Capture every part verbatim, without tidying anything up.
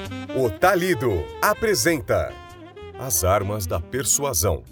O Tá Lido apresenta As Armas da Persuasão.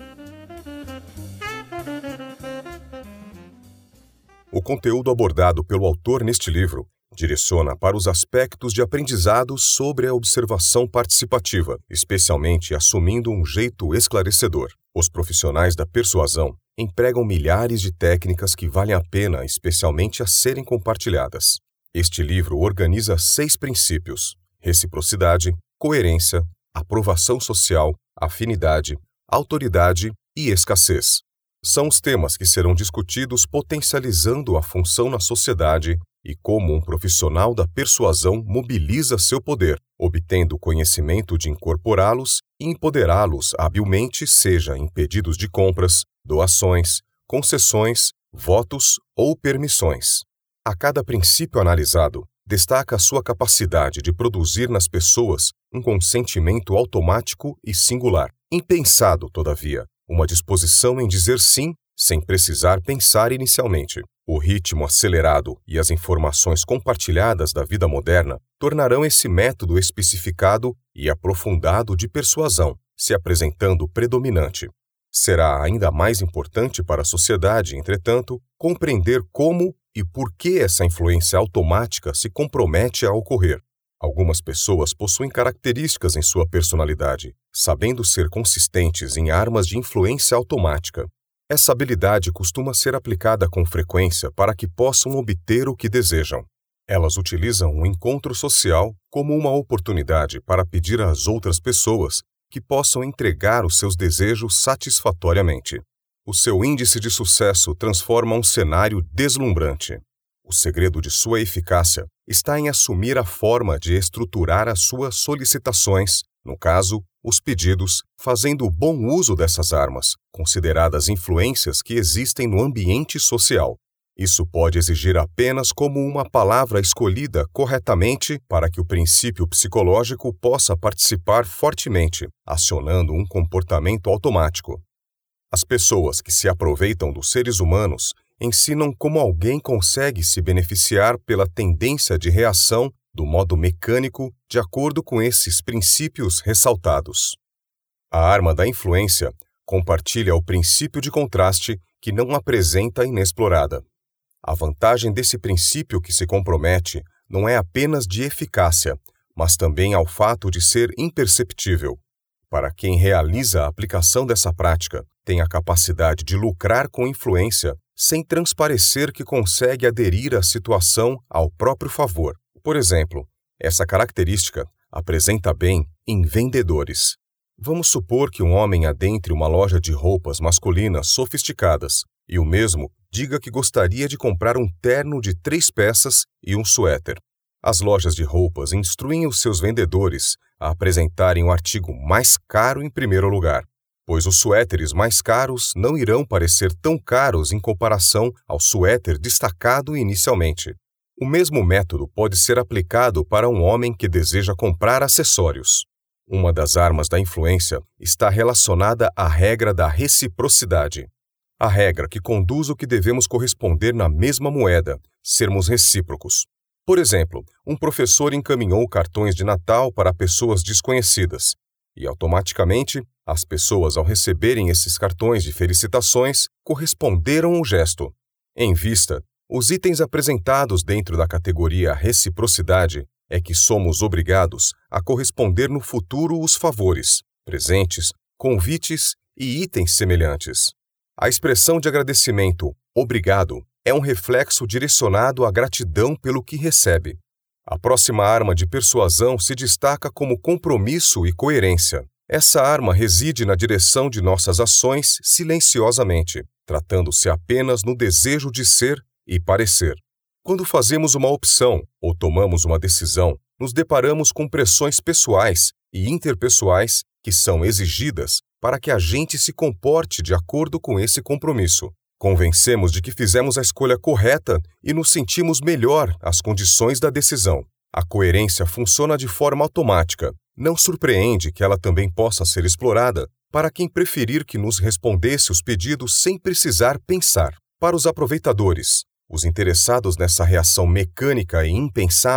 O conteúdo abordado pelo autor neste livro direciona para os aspectos de aprendizado sobre a observação participativa, especialmente assumindo um jeito esclarecedor. Os profissionais da persuasão empregam milhares de técnicas que valem a pena, especialmente a serem compartilhadas. Este livro organiza seis princípios: reciprocidade, coerência, aprovação social, afinidade, autoridade e escassez. São os temas que serão discutidos potencializando a função na sociedade e como um profissional da persuasão mobiliza seu poder, obtendo o conhecimento de incorporá-los e empoderá-los habilmente, seja em pedidos de compras, doações, concessões, votos ou permissões. A cada princípio analisado, destaca a sua capacidade de produzir nas pessoas um consentimento automático e singular, impensado, todavia, uma disposição em dizer sim sem precisar pensar inicialmente. O ritmo acelerado e as informações compartilhadas da vida moderna tornarão esse método especificado e aprofundado de persuasão se apresentando predominante. Será ainda mais importante para a sociedade, entretanto, compreender como e por que essa influência automática se compromete a ocorrer. Algumas pessoas possuem características em sua personalidade, sabendo ser consistentes em armas de influência automática. Essa habilidade costuma ser aplicada com frequência para que possam obter o que desejam. Elas utilizam o encontro social como uma oportunidade para pedir às outras pessoas que possam entregar os seus desejos satisfatoriamente. O seu índice de sucesso transforma um cenário deslumbrante. O segredo de sua eficácia está em assumir a forma de estruturar as suas solicitações, no caso, os pedidos, fazendo bom uso dessas armas, consideradas influências que existem no ambiente social. Isso pode exigir apenas como uma palavra escolhida corretamente para que o princípio psicológico possa participar fortemente, acionando um comportamento automático. As pessoas que se aproveitam dos seres humanos ensinam como alguém consegue se beneficiar pela tendência de reação do modo mecânico de acordo com esses princípios ressaltados. A arma da influência compartilha o princípio de contraste que não apresenta inexplorada. A vantagem desse princípio que se compromete não é apenas de eficácia, mas também ao fato de ser imperceptível. Para quem realiza a aplicação dessa prática, tem a capacidade de lucrar com influência sem transparecer que consegue aderir à situação ao próprio favor. Por exemplo, essa característica apresenta bem em vendedores. Vamos supor que um homem adentre uma loja de roupas masculinas sofisticadas e o mesmo diga que gostaria de comprar um terno de três peças e um suéter. As lojas de roupas instruem os seus vendedores a apresentarem o artigo mais caro em primeiro lugar, pois os suéteres mais caros não irão parecer tão caros em comparação ao suéter destacado inicialmente. O mesmo método pode ser aplicado para um homem que deseja comprar acessórios. Uma das armas da influência está relacionada à regra da reciprocidade. A regra que conduz o que devemos corresponder na mesma moeda, sermos recíprocos. Por exemplo, um professor encaminhou cartões de Natal para pessoas desconhecidas, e automaticamente, as pessoas, ao receberem esses cartões de felicitações, corresponderam ao gesto. Em vista, os itens apresentados dentro da categoria reciprocidade é que somos obrigados a corresponder no futuro os favores, presentes, convites e itens semelhantes. A expressão de agradecimento, obrigado, é um reflexo direcionado à gratidão pelo que recebe. A próxima arma de persuasão se destaca como compromisso e coerência. Essa arma reside na direção de nossas ações silenciosamente, tratando-se apenas no desejo de ser e parecer. Quando fazemos uma opção ou tomamos uma decisão, nos deparamos com pressões pessoais e interpessoais que são exigidas para que a gente se comporte de acordo com esse compromisso. Convencemos de que fizemos a escolha correta e nos sentimos melhor às condições da decisão. A coerência funciona de forma automática. Não surpreende que ela também possa ser explorada para quem preferir que nos respondesse os pedidos sem precisar pensar. Para os aproveitadores, os interessados nessa reação mecânica e impensável,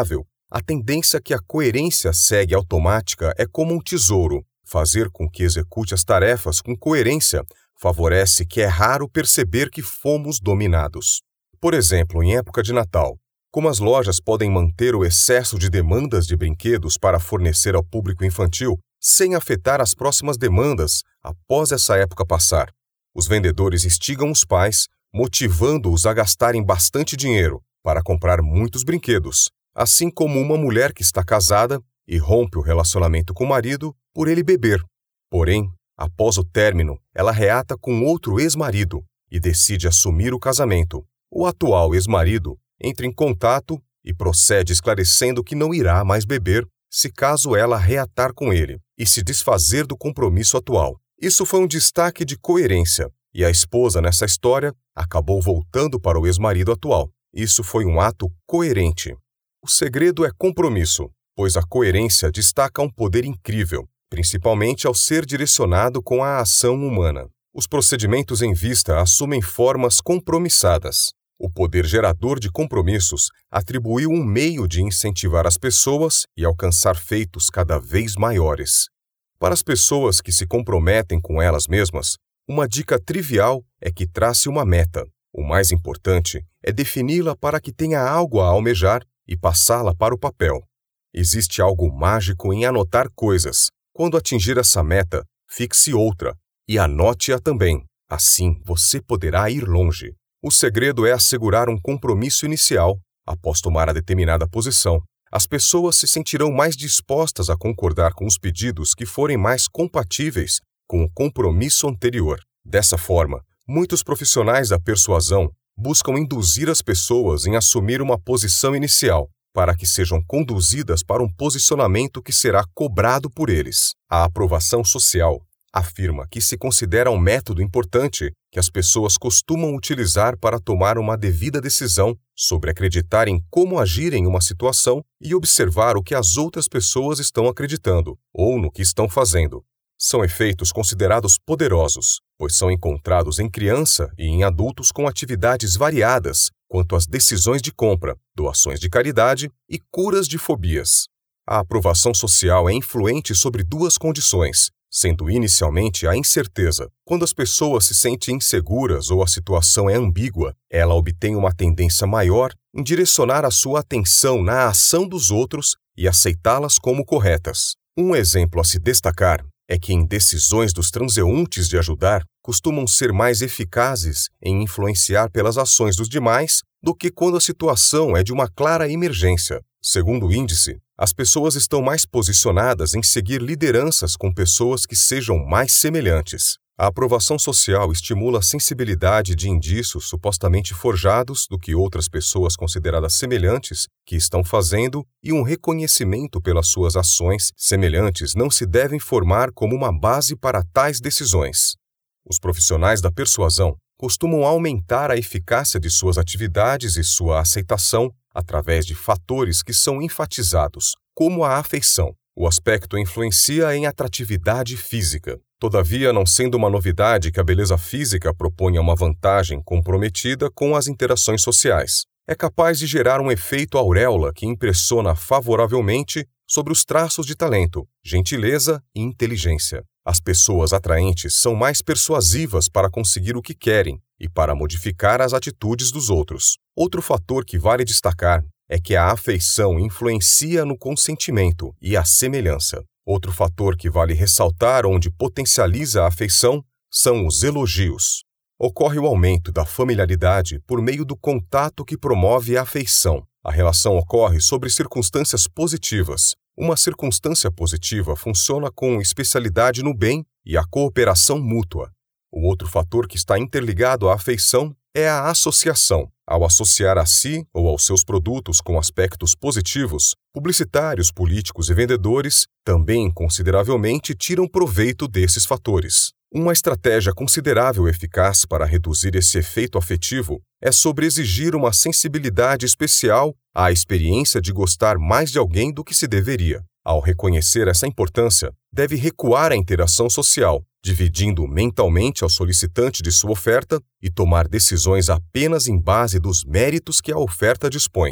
A tendência que a coerência segue automática é como um tesouro. Fazer com que execute as tarefas com coerência favorece que é raro perceber que fomos dominados. Por exemplo, em época de Natal, como as lojas podem manter o excesso de demandas de brinquedos para fornecer ao público infantil sem afetar as próximas demandas após essa época passar? Os vendedores instigam os pais, motivando-os a gastarem bastante dinheiro para comprar muitos brinquedos, assim como uma mulher que está casada e rompe o relacionamento com o marido por ele beber. Porém, após o término, ela reata com outro ex-marido e decide assumir o casamento. O atual ex-marido entra em contato e procede esclarecendo que não irá mais beber se caso ela reatar com ele e se desfazer do compromisso atual. Isso foi um destaque de coerência, e a esposa nessa história acabou voltando para o ex-marido atual. Isso foi um ato coerente. O segredo é compromisso, pois a coerência destaca um poder incrível, principalmente ao ser direcionado com a ação humana. Os procedimentos em vista assumem formas compromissadas. O poder gerador de compromissos atribuiu um meio de incentivar as pessoas e alcançar feitos cada vez maiores. Para as pessoas que se comprometem com elas mesmas, uma dica trivial é que trace uma meta. O mais importante é defini-la para que tenha algo a almejar e passá-la para o papel. Existe algo mágico em anotar coisas. Quando atingir essa meta, fixe outra e anote-a também. Assim, você poderá ir longe. O segredo é assegurar um compromisso inicial. Após tomar a determinada posição, as pessoas se sentirão mais dispostas a concordar com os pedidos que forem mais compatíveis com o compromisso anterior. Dessa forma, muitos profissionais da persuasão buscam induzir as pessoas em assumir uma posição inicial, para que sejam conduzidas para um posicionamento que será cobrado por eles. A aprovação social afirma que se considera um método importante que as pessoas costumam utilizar para tomar uma devida decisão sobre acreditar em como agir em uma situação e observar o que as outras pessoas estão acreditando ou no que estão fazendo. São efeitos considerados poderosos, pois são encontrados em criança e em adultos com atividades variadas quanto às decisões de compra, doações de caridade e curas de fobias. A aprovação social é influente sobre duas condições, sendo inicialmente a incerteza. Quando as pessoas se sentem inseguras ou a situação é ambígua, ela obtém uma tendência maior em direcionar a sua atenção na ação dos outros e aceitá-las como corretas. Um exemplo a se destacar é que em decisões dos transeuntes de ajudar costumam ser mais eficazes em influenciar pelas ações dos demais do que quando a situação é de uma clara emergência. Segundo o índice, as pessoas estão mais posicionadas em seguir lideranças com pessoas que sejam mais semelhantes. A aprovação social estimula a sensibilidade de indícios supostamente forjados do que outras pessoas consideradas semelhantes que estão fazendo e um reconhecimento pelas suas ações semelhantes não se devem formar como uma base para tais decisões. Os profissionais da persuasão costumam aumentar a eficácia de suas atividades e sua aceitação através de fatores que são enfatizados, como a afeição. O aspecto influencia em atratividade física. Todavia, não sendo uma novidade que a beleza física proponha uma vantagem comprometida com as interações sociais, é capaz de gerar um efeito auréola que impressiona favoravelmente sobre os traços de talento, gentileza e inteligência. As pessoas atraentes são mais persuasivas para conseguir o que querem e para modificar as atitudes dos outros. Outro fator que vale destacar é que a afeição influencia no consentimento e a semelhança. Outro fator que vale ressaltar onde potencializa a afeição são os elogios. Ocorre o aumento da familiaridade por meio do contato que promove a afeição. A relação ocorre sobre circunstâncias positivas. Uma circunstância positiva funciona com especialidade no bem e a cooperação mútua. O outro fator que está interligado à afeição é a associação. Ao associar a si ou aos seus produtos com aspectos positivos, publicitários, políticos e vendedores também consideravelmente tiram proveito desses fatores. Uma estratégia considerável e eficaz para reduzir esse efeito afetivo é sobre exigir uma sensibilidade especial à experiência de gostar mais de alguém do que se deveria. Ao reconhecer essa importância, deve recuar a interação social, dividindo mentalmente ao solicitante de sua oferta e tomar decisões apenas em base dos méritos que a oferta dispõe.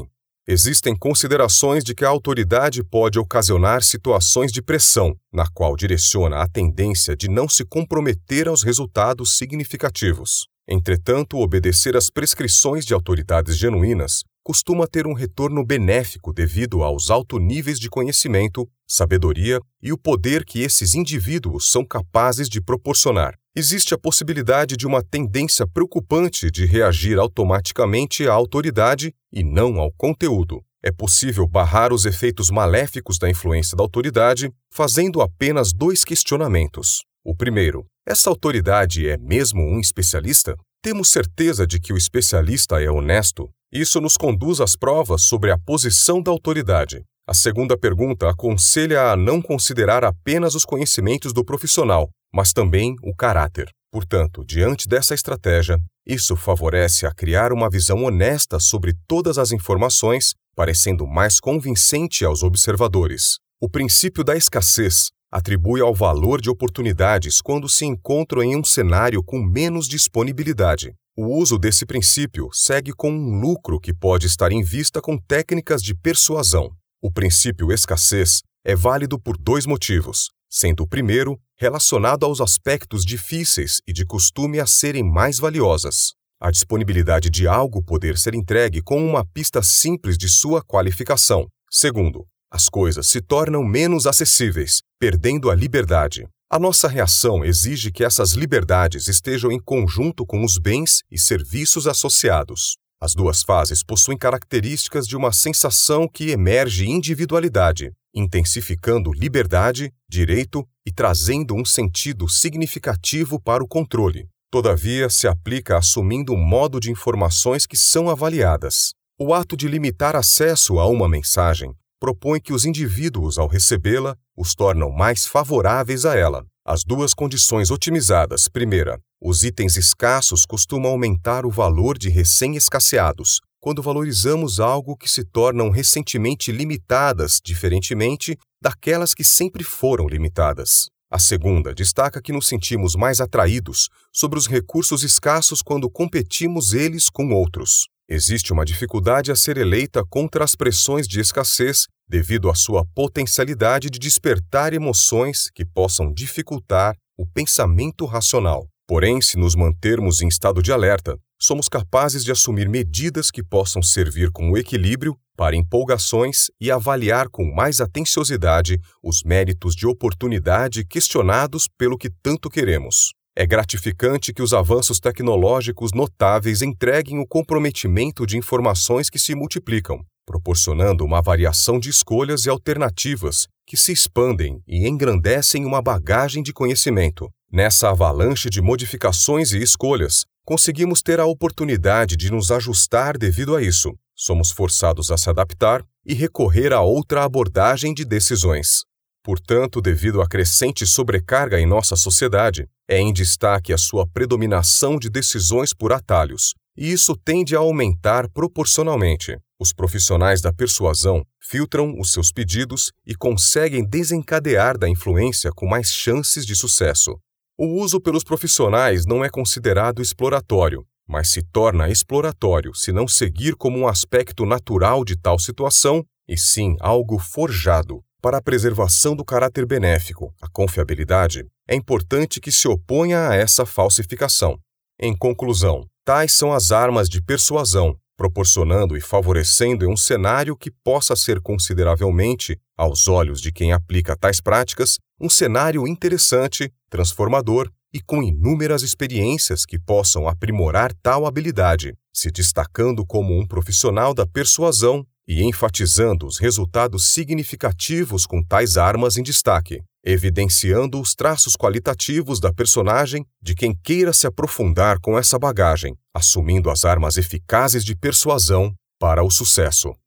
Existem considerações de que a autoridade pode ocasionar situações de pressão, na qual direciona a tendência de não se comprometer aos resultados significativos. Entretanto, obedecer às prescrições de autoridades genuínas costuma ter um retorno benéfico devido aos altos níveis de conhecimento, sabedoria e o poder que esses indivíduos são capazes de proporcionar. Existe a possibilidade de uma tendência preocupante de reagir automaticamente à autoridade e não ao conteúdo. É possível barrar os efeitos maléficos da influência da autoridade fazendo apenas dois questionamentos. O primeiro, essa autoridade é mesmo um especialista? Temos certeza de que o especialista é honesto? Isso nos conduz às provas sobre a posição da autoridade. A segunda pergunta aconselha a não considerar apenas os conhecimentos do profissional, mas também o caráter. Portanto, diante dessa estratégia, isso favorece a criar uma visão honesta sobre todas as informações, parecendo mais convincente aos observadores. O princípio da escassez atribui ao valor de oportunidades quando se encontram em um cenário com menos disponibilidade. O uso desse princípio segue com um lucro que pode estar em vista com técnicas de persuasão. O princípio escassez é válido por dois motivos, sendo o primeiro relacionado aos aspectos difíceis e de costume a serem mais valiosas. A disponibilidade de algo poder ser entregue com uma pista simples de sua qualificação. Segundo, as coisas se tornam menos acessíveis, perdendo a liberdade. A nossa reação exige que essas liberdades estejam em conjunto com os bens e serviços associados. As duas fases possuem características de uma sensação que emerge individualidade, intensificando liberdade, direito e trazendo um sentido significativo para o controle. Todavia, se aplica assumindo um modo de informações que são avaliadas. O ato de limitar acesso a uma mensagem propõe que os indivíduos, ao recebê-la, os tornam mais favoráveis a ela. As duas condições otimizadas. Primeira, os itens escassos costumam aumentar o valor de recém-escasseados, quando valorizamos algo que se tornam recentemente limitadas, diferentemente daquelas que sempre foram limitadas. A segunda destaca que nos sentimos mais atraídos sobre os recursos escassos quando competimos eles com outros. Existe uma dificuldade a ser eleita contra as pressões de escassez devido à sua potencialidade de despertar emoções que possam dificultar o pensamento racional. Porém, se nos mantermos em estado de alerta, somos capazes de assumir medidas que possam servir como equilíbrio para empolgações e avaliar com mais atenciosidade os méritos de oportunidade questionados pelo que tanto queremos. É gratificante que os avanços tecnológicos notáveis entreguem o comprometimento de informações que se multiplicam, proporcionando uma variação de escolhas e alternativas que se expandem e engrandecem uma bagagem de conhecimento. Nessa avalanche de modificações e escolhas, conseguimos ter a oportunidade de nos ajustar devido a isso. Somos forçados a se adaptar e recorrer a outra abordagem de decisões. Portanto, devido à crescente sobrecarga em nossa sociedade, é em destaque a sua predominação de decisões por atalhos, e isso tende a aumentar proporcionalmente. Os profissionais da persuasão filtram os seus pedidos e conseguem desencadear da influência com mais chances de sucesso. O uso pelos profissionais não é considerado exploratório, mas se torna exploratório se não seguir como um aspecto natural de tal situação, e sim algo forjado. Para a preservação do caráter benéfico, a confiabilidade, é importante que se oponha a essa falsificação. Em conclusão, tais são as armas de persuasão, proporcionando e favorecendo em um cenário que possa ser consideravelmente, aos olhos de quem aplica tais práticas, um cenário interessante, transformador e com inúmeras experiências que possam aprimorar tal habilidade, se destacando como um profissional da persuasão e enfatizando os resultados significativos com tais armas em destaque, evidenciando os traços qualitativos da personagem de quem queira se aprofundar com essa bagagem, assumindo as armas eficazes de persuasão para o sucesso.